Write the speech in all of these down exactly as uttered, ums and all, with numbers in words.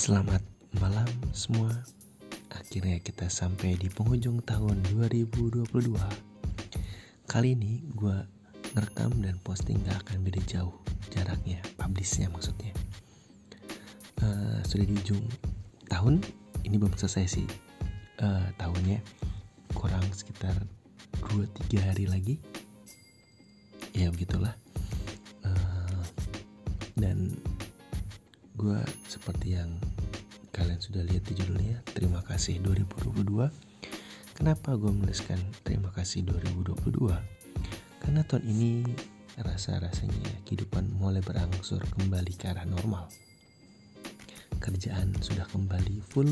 Selamat malam semua. Akhirnya kita sampai di penghujung tahun dua ribu dua puluh dua. Kali ini gue ngerekam dan posting gak akan beda jauh jaraknya, publishnya maksudnya. uh, Sudah di ujung tahun. Ini belum selesai sih uh, tahunnya. Kurang sekitar dua tiga hari lagi. Ya begitulah. uh, Dan gue seperti yang kalian sudah lihat di judulnya, terima kasih dua ribu dua puluh dua. Kenapa gue menuliskan terima kasih dua ribu dua puluh dua? Karena tahun ini rasa-rasanya kehidupan mulai berangsur kembali ke arah normal. Kerjaan sudah kembali full.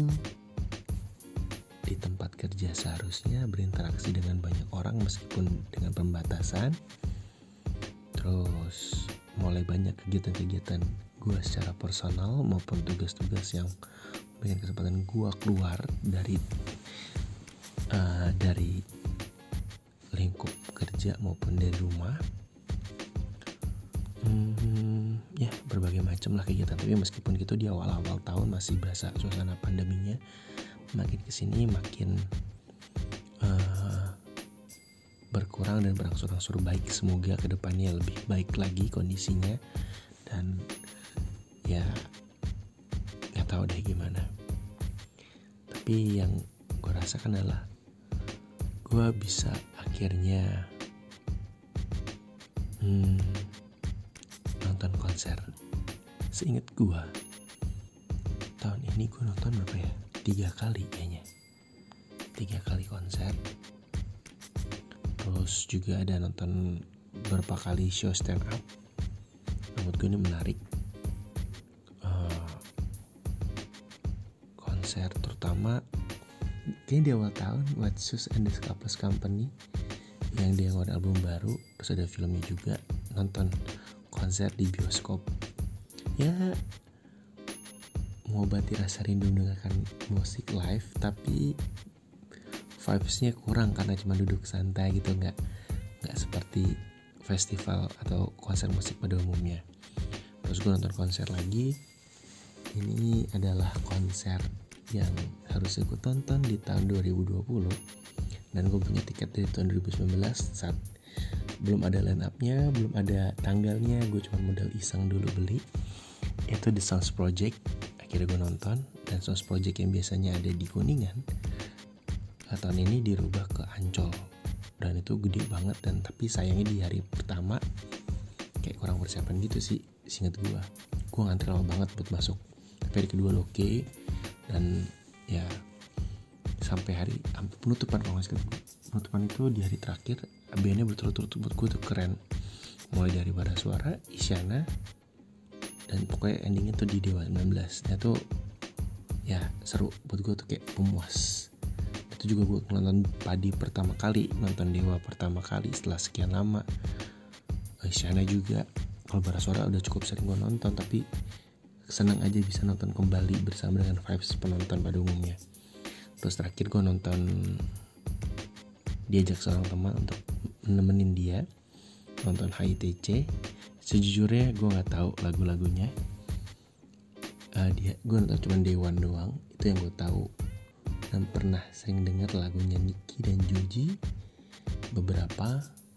Di tempat kerja seharusnya berinteraksi dengan banyak orang meskipun dengan pembatasan. Terus mulai banyak kegiatan-kegiatan gue secara personal maupun tugas-tugas yang memberikan kesempatan gue keluar dari uh, dari lingkup kerja maupun dari rumah. Hmm, ya berbagai macam lah kegiatan. Tapi meskipun gitu di awal-awal tahun masih berasa suasana pandeminya. Makin kesini makin uh, berkurang dan berangsur-angsur baik. Semoga kedepannya lebih baik lagi kondisinya. Dan ya gak tahu deh gimana. Tapi yang gue rasakan adalah gue bisa akhirnya hmm, nonton konser. Seingat gue tahun ini gue nonton berapa ya? Tiga kali kayaknya. Tiga kali konser. Terus juga ada nonton beberapa kali show stand up. Menurut gue ini menarik. Konser terutama kayaknya di awal tahun White Shoes and the Scarface Company yang dia ngeluarin album baru, terus ada filmnya juga. Nonton konser di bioskop ya mengobati rasa rindu mendengarkan musik live, tapi vibesnya kurang karena cuma duduk santai gitu, nggak nggak seperti festival atau konser musik pada umumnya. Terus gue nonton konser lagi. Ini adalah konser yang harusnya gue tonton di tahun dua ribu dua puluh, dan gue punya tiket dari tahun dua ribu sembilan belas saat belum ada line up-nya, belum ada tanggalnya. Gue cuma modal iseng dulu beli. Itu The Sounds Project. Akhirnya gue nonton. Dan Sounds Project yang biasanya ada di Kuningan, tahun ini dirubah ke Ancol, dan itu gede banget. Dan tapi sayangnya di hari pertama kayak kurang persiapan gitu sih, seinget gue. Gue ngantri lama banget buat masuk. Tapi hari kedua oke okay. Dan ya sampai hari penutupan, kalau nggak salah penutupan itu di hari terakhir, bandnya betul-betul buat gue tuh keren. Mulai dari Bara Suara, Isyana, dan pokoknya endingnya tuh di Dewa sembilan belas. Nah tuh ya seru buat gue tuh, kayak pemuas. Itu juga gue nonton Padi pertama kali, nonton Dewa pertama kali setelah sekian lama. Isyana juga. Kalau Bara Suara udah cukup sering gue nonton, tapi senang aja bisa nonton kembali bersama dengan vibes penonton pada umumnya. Terus terakhir gue nonton, diajak seorang teman untuk nemenin dia nonton H I T C. Sejujurnya gue nggak tahu lagu-lagunya. Uh, dia gue nonton cuma Dewan doang. Itu yang gue tahu dan pernah sering dengar lagunya Niki dan Juji. Beberapa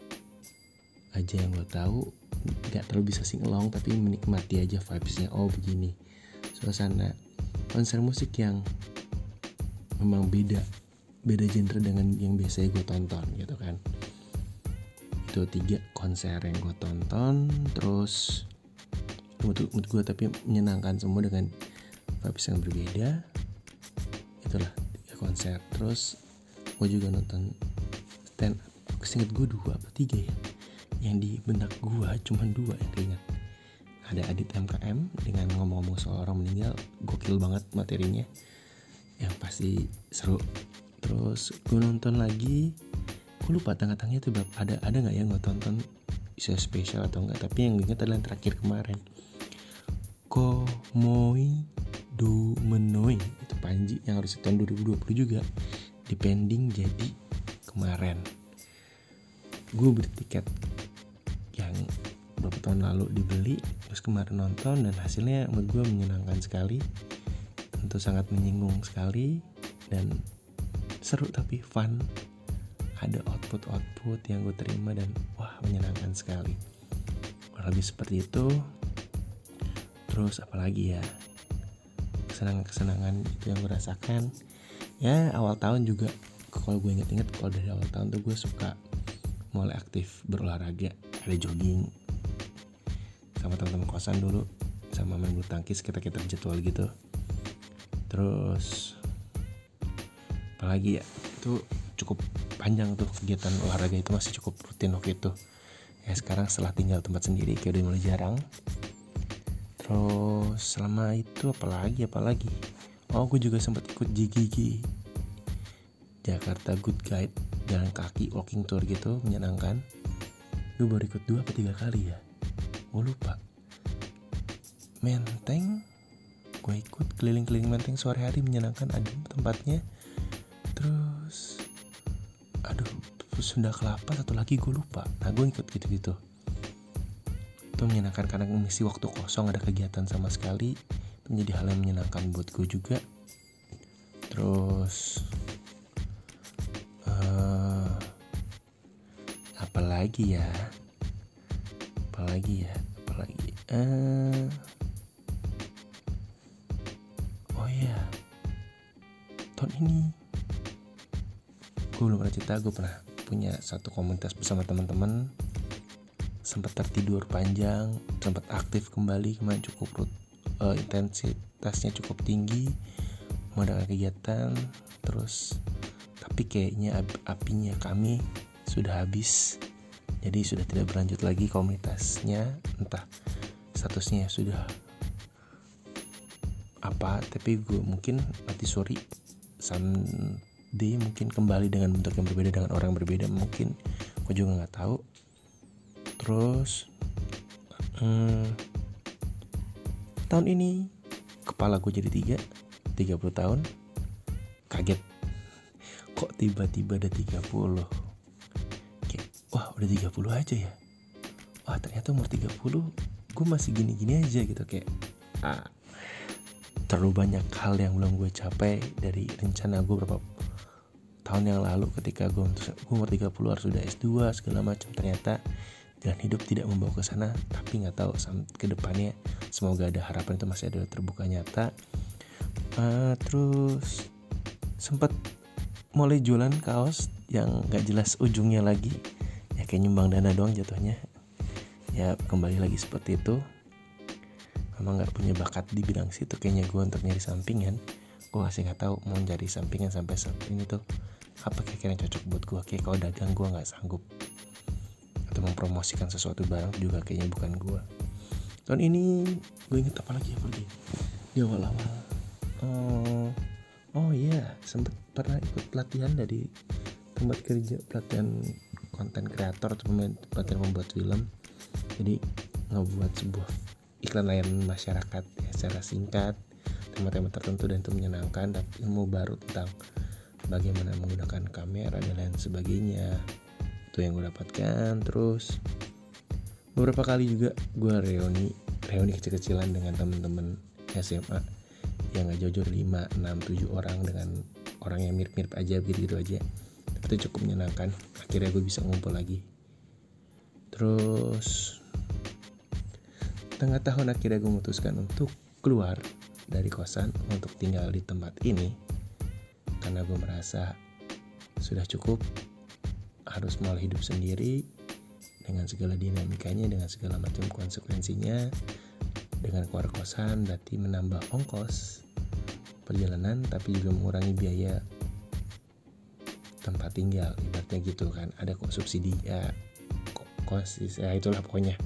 aja yang gue tahu. Gak terlalu bisa sing along, tapi menikmati aja vibesnya. Oh begini suasana konser musik yang memang beda beda genre dengan yang biasanya gue tonton gitu kan. Itu tiga konser yang gue tonton. Terus menurut, menurut gue tapi menyenangkan semua dengan vibes yang berbeda. Itulah tiga konser. Terus gue juga nonton stand up. Seinget gue dua atau tiga ya, yang di benak gue cuma dua yang keinget. Ada Adit M K M dengan ngomong-ngomong soal orang meninggal. Gokil banget materinya, yang pasti seru. Terus gue nonton lagi, gue lupa tengah-tengahnya tuh ada ada nggak yang gue tonton isu spesial atau enggak. Tapi yang gue ingat adalah yang terakhir kemarin, Komoi Do Menoi. Itu Panji yang harus tahun dua ribu dua puluh juga, dipending jadi kemarin. Gue beli tiket yang beberapa tahun lalu dibeli, terus kemarin nonton, dan hasilnya menurut gue menyenangkan sekali. tentu sangat menyinggung sekali dan seru tapi fun. Ada output-output yang gue terima dan wah menyenangkan sekali. Kurang lebih seperti itu. Terus apalagi ya, kesenangan-kesenangan itu yang gue rasakan. Ya awal tahun juga, kalau gue inget-inget kalau dari awal tahun tuh gue suka mulai aktif berolahraga. Ada jogging sama teman-teman kosan dulu, sama main bulu tangkis, kita-kita jadwal gitu. Terus apalagi ya, itu cukup panjang tuh kegiatan olahraga itu, masih cukup rutin waktu itu. Ya sekarang setelah tinggal tempat sendiri kayak udah mulai jarang. Terus selama itu apalagi apalagi oh gue juga sempat ikut J G G, Jakarta Good Guide, jalan kaki walking tour gitu, menyenangkan. Gue baru ikut dua atau tiga kali ya, gue lupa. Menteng gue ikut keliling-keliling Menteng sore hari, menyenangkan, adem tempatnya. Terus aduh Sunda Kelapa satu lagi gue lupa. Nah gue ikut gitu-gitu. Itu menyenangkan karena mengisi waktu kosong, ada kegiatan sama sekali. Itu menjadi hal yang menyenangkan buat gue juga. Terus uh, apalagi ya apalagi ya apalagi uh, oh ya tahun ini gue belum pernah cerita, gue pernah punya satu komunitas bersama teman-teman. Sempat tertidur panjang, sempat aktif kembali kemarin, cukup uh, intensitasnya cukup tinggi, mengadakan kegiatan. Terus tapi kayaknya apinya kami sudah habis, jadi sudah tidak berlanjut lagi komunitasnya. Entah statusnya sudah apa, tapi gue mungkin nanti sorry someday mungkin kembali dengan bentuk yang berbeda, dengan orang yang berbeda mungkin, gue juga nggak tahu. Terus hmm, tahun ini kepala gue jadi tiga tiga puluh tahun. Kaget, kok tiba-tiba ada tiga puluh. Kayak wah udah tiga puluh aja ya. Wah ternyata umur tiga puluh gue masih gini-gini aja gitu. Kayak ah, terlalu banyak hal yang belum gue capai dari rencana gue berapa tahun yang lalu ketika gue, gue umur tiga puluh harus sudah S dua segala macam. Ternyata jalan hidup tidak membawa ke sana, tapi nggak tahu ke depannya. Semoga ada harapan itu masih ada terbuka nyata. Uh, terus sempat mulai jualan kaos yang nggak jelas ujungnya lagi, ya kayak nyumbang dana doang jatuhnya. Ya kembali lagi seperti itu. Memang nggak punya bakat di bidang situ kayaknya gue untuk nyari sampingan. Gue masih nggak tahu mau cari sampingan sampai saat ini tuh apa kira-kira yang cocok buat gue. Kayak kalau dagang gue nggak sanggup, atau mempromosikan sesuatu barang juga kayaknya bukan gue. Tahun ini gue inget apa lagi apa lagi di awal-awal. Oh, oh iya, sempet pernah ikut pelatihan dari tempat kerja, pelatihan konten kreator atau pelatihan membuat film. Jadi ngebuat sebuah iklan layanan masyarakat ya, secara singkat, tema-tema tertentu, dan itu menyenangkan. Dan ilmu baru tentang bagaimana menggunakan kamera dan lain sebagainya, itu yang gue dapatkan. Terus beberapa kali juga gue reuni reuni kecil-kecilan dengan teman-teman S M A yang gak jauh-jauh lima, enam, tujuh orang, dengan orang yang mirip-mirip aja gitu-gitu aja. Tapi itu cukup menyenangkan. Akhirnya gue bisa ngumpul lagi. Terus tengah tahun akhirnya gue memutuskan untuk keluar dari kosan untuk tinggal di tempat ini, karena gue merasa sudah cukup, harus mulai hidup sendiri dengan segala dinamikanya, dengan segala macam konsekuensinya. Dengan keluar kosan berarti menambah ongkos perjalanan, tapi juga mengurangi biaya tempat tinggal, ibaratnya gitu kan. Ada kok subsidi ya, kos ya, itulah pokoknya.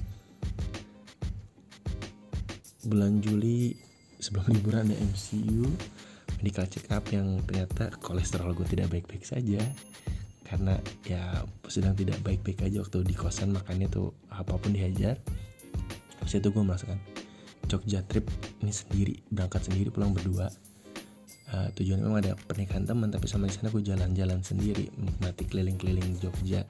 Bulan Juli sebelum liburan ada M C U, medical check up, yang ternyata kolesterol gue tidak baik-baik saja. Karena ya sedang tidak baik-baik aja waktu di kosan, makannya tuh apapun dihajar. Terus itu gue merasakan Jogja trip ini sendiri, berangkat sendiri, pulang berdua. Uh, tujuannya memang ada pernikahan teman, tapi sama di sana gue jalan-jalan sendiri, menikmati keliling-keliling Jogja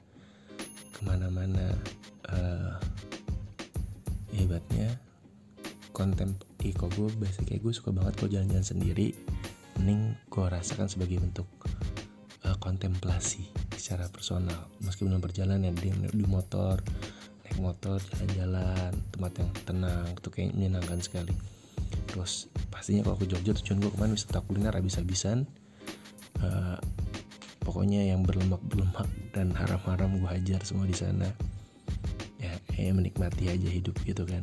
kemana-mana. Uh, hebatnya kontem Ih, kok gue biasa kayak gue suka banget kalau jalan-jalan sendiri. Mending gue rasakan sebagai bentuk uh, kontemplasi secara personal. Meskipun berjalan ya di, di motor, naik motor, jalan-jalan, tempat yang tenang, itu kayak menyenangkan sekali. Terus pastinya kalau ke Jogja tujuan gue kemana wisata kuliner habis-habisan. Uh, pokoknya yang berlemak-berlemak dan haram-haram gue hajar semua di sana. Ya, kayak menikmati aja hidup gitu kan.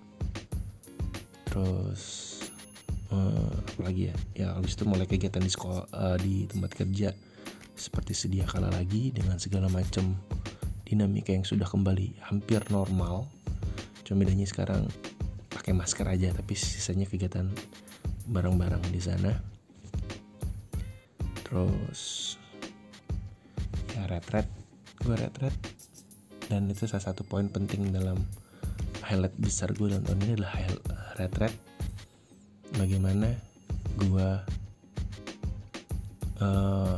Terus Uh, apalagi ya, ya habis itu mulai kegiatan di sekolah, uh, di tempat kerja seperti sedia kala lagi dengan segala macam dinamika yang sudah kembali hampir normal. Cuma bedanya sekarang pakai masker aja, tapi sisanya kegiatan bareng-bareng di sana. Terus ya retret, gue retret, dan itu salah satu poin penting dalam highlight besar gue dalam tahun ini adalah retret. Bagaimana gue uh,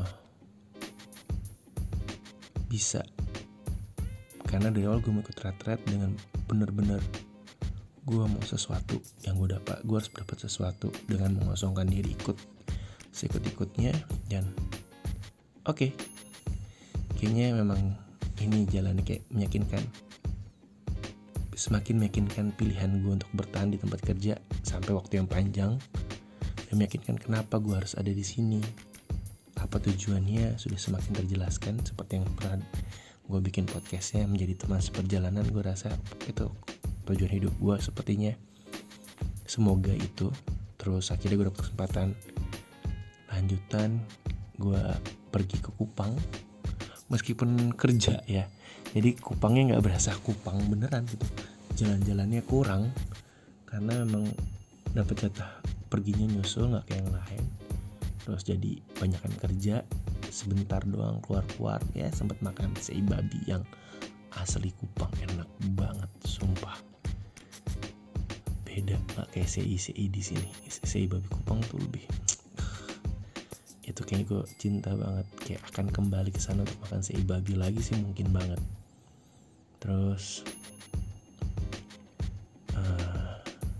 bisa, karena dari awal gue mau ikut retret dengan benar-benar gue mau sesuatu yang gue dapat, gue harus dapat sesuatu dengan mengosongkan diri, ikut seikut-ikutnya. Dan oke, okay, kayaknya memang ini jalannya kayak meyakinkan, semakin meyakinkan pilihan gue untuk bertahan di tempat kerja sampai waktu yang panjang, dan meyakinkan kenapa gue harus ada di sini, apa tujuannya sudah semakin terjelaskan. Seperti yang pernah gue bikin podcastnya menjadi teman seperjalanan, gue rasa itu tujuan hidup gue sepertinya. Semoga itu. Terus akhirnya gue dapet kesempatan lanjutan, gue pergi ke Kupang meskipun kerja ya, jadi Kupangnya nggak berasa Kupang beneran gitu, jalan-jalannya kurang karena memang dapat jatah perginya nyusul, nggak kayak yang lain. Terus jadi banyakan kerja, sebentar doang keluar-keluar ya, sempat makan sei babi yang asli Kupang, enak banget sumpah, beda nggak kayak sei sei di sini. Sei babi Kupang tuh lebih, itu kayaknya gue cinta banget, kayak akan kembali ke sana untuk makan sei babi lagi sih mungkin banget. Terus uh,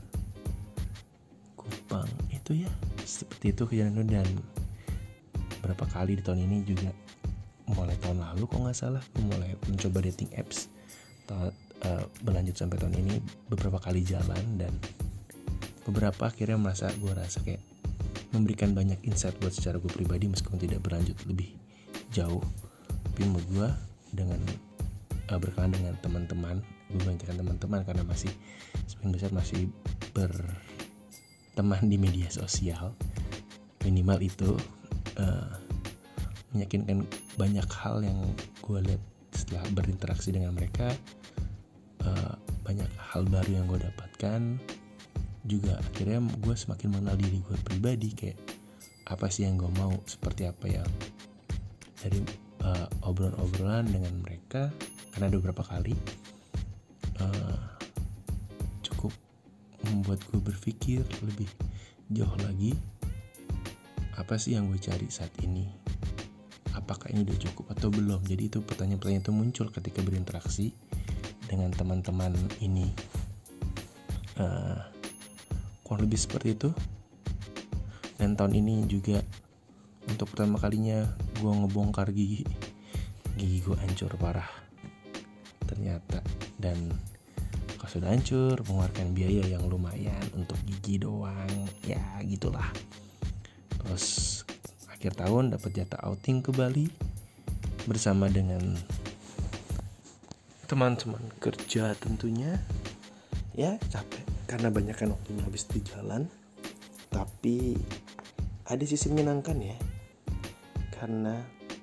Kupang itu ya seperti itu kejadian. Dan berapa kali di tahun ini juga, mulai tahun lalu kok nggak salah gue mulai mencoba dating apps, tahun, uh, berlanjut sampai tahun ini beberapa kali jalan, dan beberapa akhirnya merasa gue rasa kayak memberikan banyak insight buat secara gue pribadi meskipun tidak berlanjut lebih jauh. Tapi menurut gue dengan uh, berkawan dengan teman-teman, gue banyakkan teman-teman karena masih sebagian besar masih berteman di media sosial, minimal itu uh, meyakinkan banyak hal yang gue lihat setelah berinteraksi dengan mereka. Uh, banyak hal baru yang gue dapatkan juga. Akhirnya gue semakin mengenal diri gue pribadi, kayak apa sih yang gue mau, seperti apa yang dari uh, obrolan-obrolan dengan mereka, karena ada beberapa kali uh, cukup membuat gue berpikir lebih jauh lagi, apa sih yang gue cari saat ini, apakah ini udah cukup atau belum. Jadi itu pertanyaan-pertanyaan itu muncul ketika berinteraksi dengan teman-teman ini. uh, kurang lebih seperti itu. Dan tahun ini juga untuk pertama kalinya gue ngebongkar gigi gigi gue hancur parah ternyata. Dan kalau sudah hancur, mengeluarkan biaya yang lumayan untuk gigi doang, ya gitulah. Terus akhir tahun dapat jatah outing ke Bali bersama dengan teman-teman kerja tentunya. Ya capek karena banyak kan waktunya habis di jalan, tapi ada sisi menyenangkan ya, karena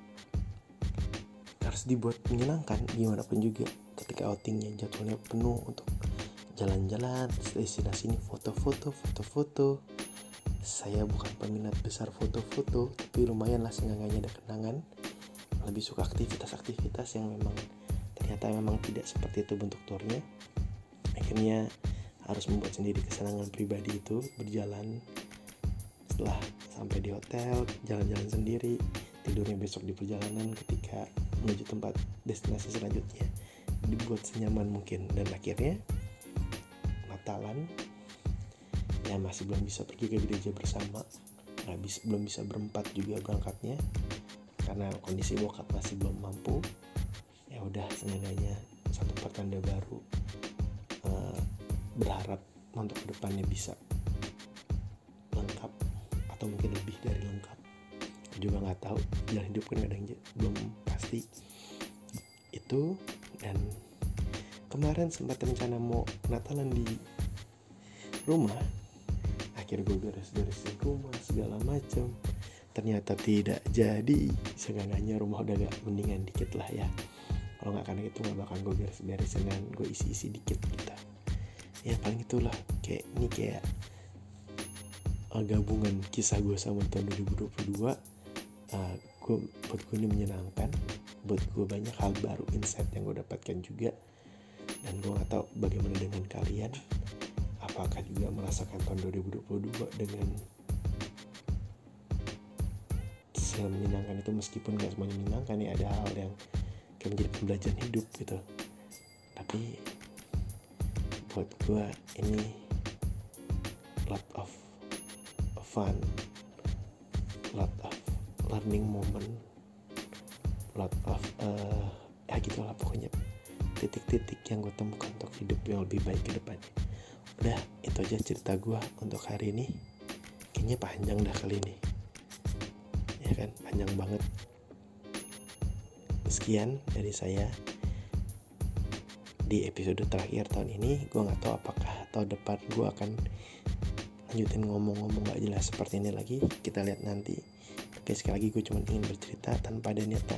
harus dibuat menyenangkan gimana pun juga. Ketika outingnya jadwalnya penuh untuk jalan-jalan destinasi ini, foto-foto foto-foto. Saya bukan peminat besar foto-foto, tapi lumayan lah seenggaknya ada kenangan. Lebih suka aktivitas-aktivitas yang memang ternyata memang tidak seperti itu bentuk turnya. Akhirnya harus membuat sendiri kesenangan pribadi itu, berjalan. Setelah sampai di hotel, jalan-jalan sendiri, tidurnya besok di perjalanan ketika menuju tempat destinasi selanjutnya, dibuat senyaman mungkin. Dan akhirnya Natalan ya masih belum bisa pergi ke gereja bersama, nggak bisa belum bisa berempat juga berangkatnya karena kondisi bokap masih belum mampu. Ya udah, seenggaknya satu pertanda baru. Uh, berharap untuk kedepannya bisa lengkap atau mungkin lebih dari lengkap. Aku juga nggak tahu, jalan hidup kan kadang belum pasti itu. Dan kemarin sempat rencana mau Natalan di rumah, akhirnya gue beres-beresin rumah segala macam, ternyata tidak jadi. Seenggaknya rumah udah agak mendingan dikit lah ya. Kalau nggak, karena itu nggak bakal gue beres-beresin dan gue isi-isi dikit gitu. Ya paling itulah, kayak ini kayak uh, gabungan kisah gue sama tahun dua ribu dua puluh dua. uh, gue, buat gue ini menyenangkan, buat gue banyak hal baru, insight yang gue dapatkan juga. Dan gue gak tahu bagaimana dengan kalian, apakah juga merasakan tahun dua ribu dua puluh dua dengan semenyenangkan itu. Meskipun gak semuanya menyenangkan ya, ada hal yang kayak menjadi pembelajaran hidup gitu. Tapi buat gue ini lot of fun, lot of learning moment, lot of uh, ya gitulah pokoknya, titik-titik yang gue temukan untuk hidup yang lebih baik ke depannya. Udah, itu aja cerita gue untuk hari ini. Kayaknya panjang dah kali ini, ya kan, panjang banget. Sekian dari saya di episode terakhir tahun ini. Gue gak tahu apakah tahun depan gue akan lanjutin ngomong-ngomong gak jelas seperti ini lagi, kita lihat nanti. Oke, sekali lagi gue cuma ingin bercerita tanpa ada niatan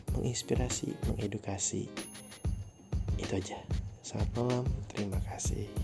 menginspirasi, mengedukasi. Itu aja. Selamat malam, terima kasih.